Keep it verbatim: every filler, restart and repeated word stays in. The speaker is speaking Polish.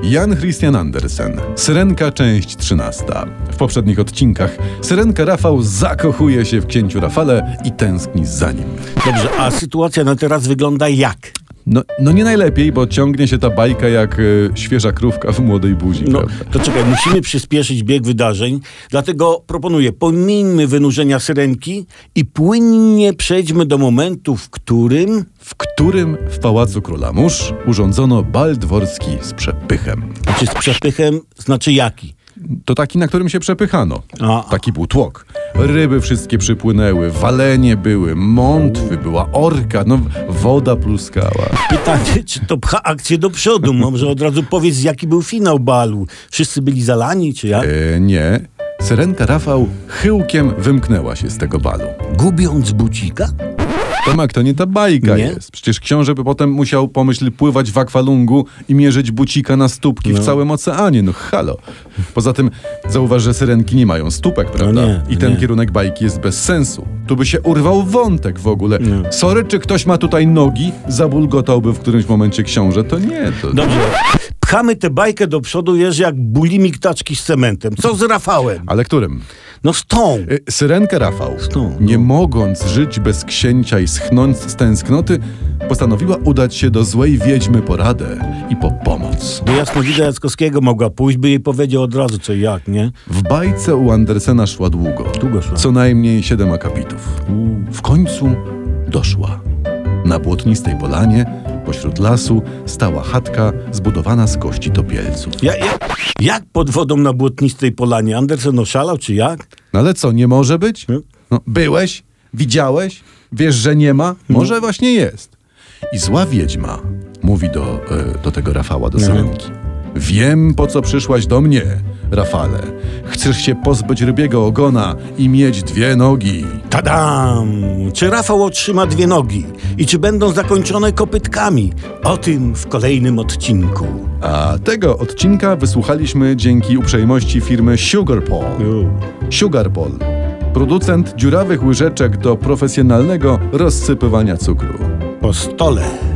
Jan Christian Andersen. Syrenka, część trzynasta. W poprzednich odcinkach Syrenka Rafał zakochuje się w księciu Rafale i tęskni za nim. Dobrze, a sytuacja na teraz wygląda jak? No, no nie najlepiej, bo ciągnie się ta bajka jak y, świeża krówka w młodej buzi. No, prawda? to czekaj, musimy przyspieszyć bieg wydarzeń, dlatego proponuję, pomińmy wynurzenia Syrenki i płynnie przejdźmy do momentu, w którym... W którym w Pałacu Króla Mórz urządzono bal dworski z przepychem. Czy z przepychem znaczy jaki? To taki, na którym się przepychano. A. Taki był tłok. Ryby wszystkie przypłynęły, walenie były, mątwy, była orka, no woda pluskała. Pytanie, czy to pcha akcję do przodu? Może od razu powiedz, jaki był finał balu? Wszyscy byli zalani, czy jak? E, nie. Syrenka Rafał chyłkiem wymknęła się z tego balu. Gubiąc bucika? Tomek, to nie ta bajka Nie? jest. Przecież książę by potem musiał, pomyśl, pływać w akwalungu i mierzyć bucika na stópki No. w całym oceanie. No halo. Poza tym zauważ, że syrenki nie mają stópek, prawda? nie, I ten nie. kierunek bajki jest bez sensu. Tu by się urwał wątek w ogóle. No. Sorry, czy ktoś ma tutaj nogi? Zabulgotałby w którymś momencie książę. To nie. To... Dobrze. Pchamy tę bajkę do przodu, Jerzy, jak bulimik taczki z cementem. Co z Rafałem? Ale którym? No z tą. Y, Syrenka Rafał, tą, nie no. mogąc żyć bez księcia i schnąć z tęsknoty, postanowiła udać się do złej wiedźmy po radę i po pomoc. Do Jasnowida Jackowskiego mogła pójść, by jej powiedział od razu co i jak, nie? W bajce u Andersena szła długo. Długo szła. Co najmniej siedem akapitów. W końcu doszła. Na błotnistej polanie, pośród lasu, stała chatka zbudowana z kości topielców. Ja, ja, jak pod wodą na błotnistej polanie? Andersen oszalał, czy jak? No ale co, nie może być? Hmm? No, byłeś? Widziałeś? Wiesz, że nie ma? Może właśnie jest. I zła wiedźma mówi do, e, do tego Rafała, do No. Syrenki. Wiem, po co przyszłaś do mnie, Rafale. Chcesz się pozbyć rybiego ogona i mieć dwie nogi. Tadam! Czy Rafał otrzyma dwie nogi? I czy będą zakończone kopytkami? O tym w kolejnym odcinku. A tego odcinka wysłuchaliśmy dzięki uprzejmości firmy Sugarpol. Sugarpol. Producent dziurawych łyżeczek do profesjonalnego rozsypywania cukru. Po stole.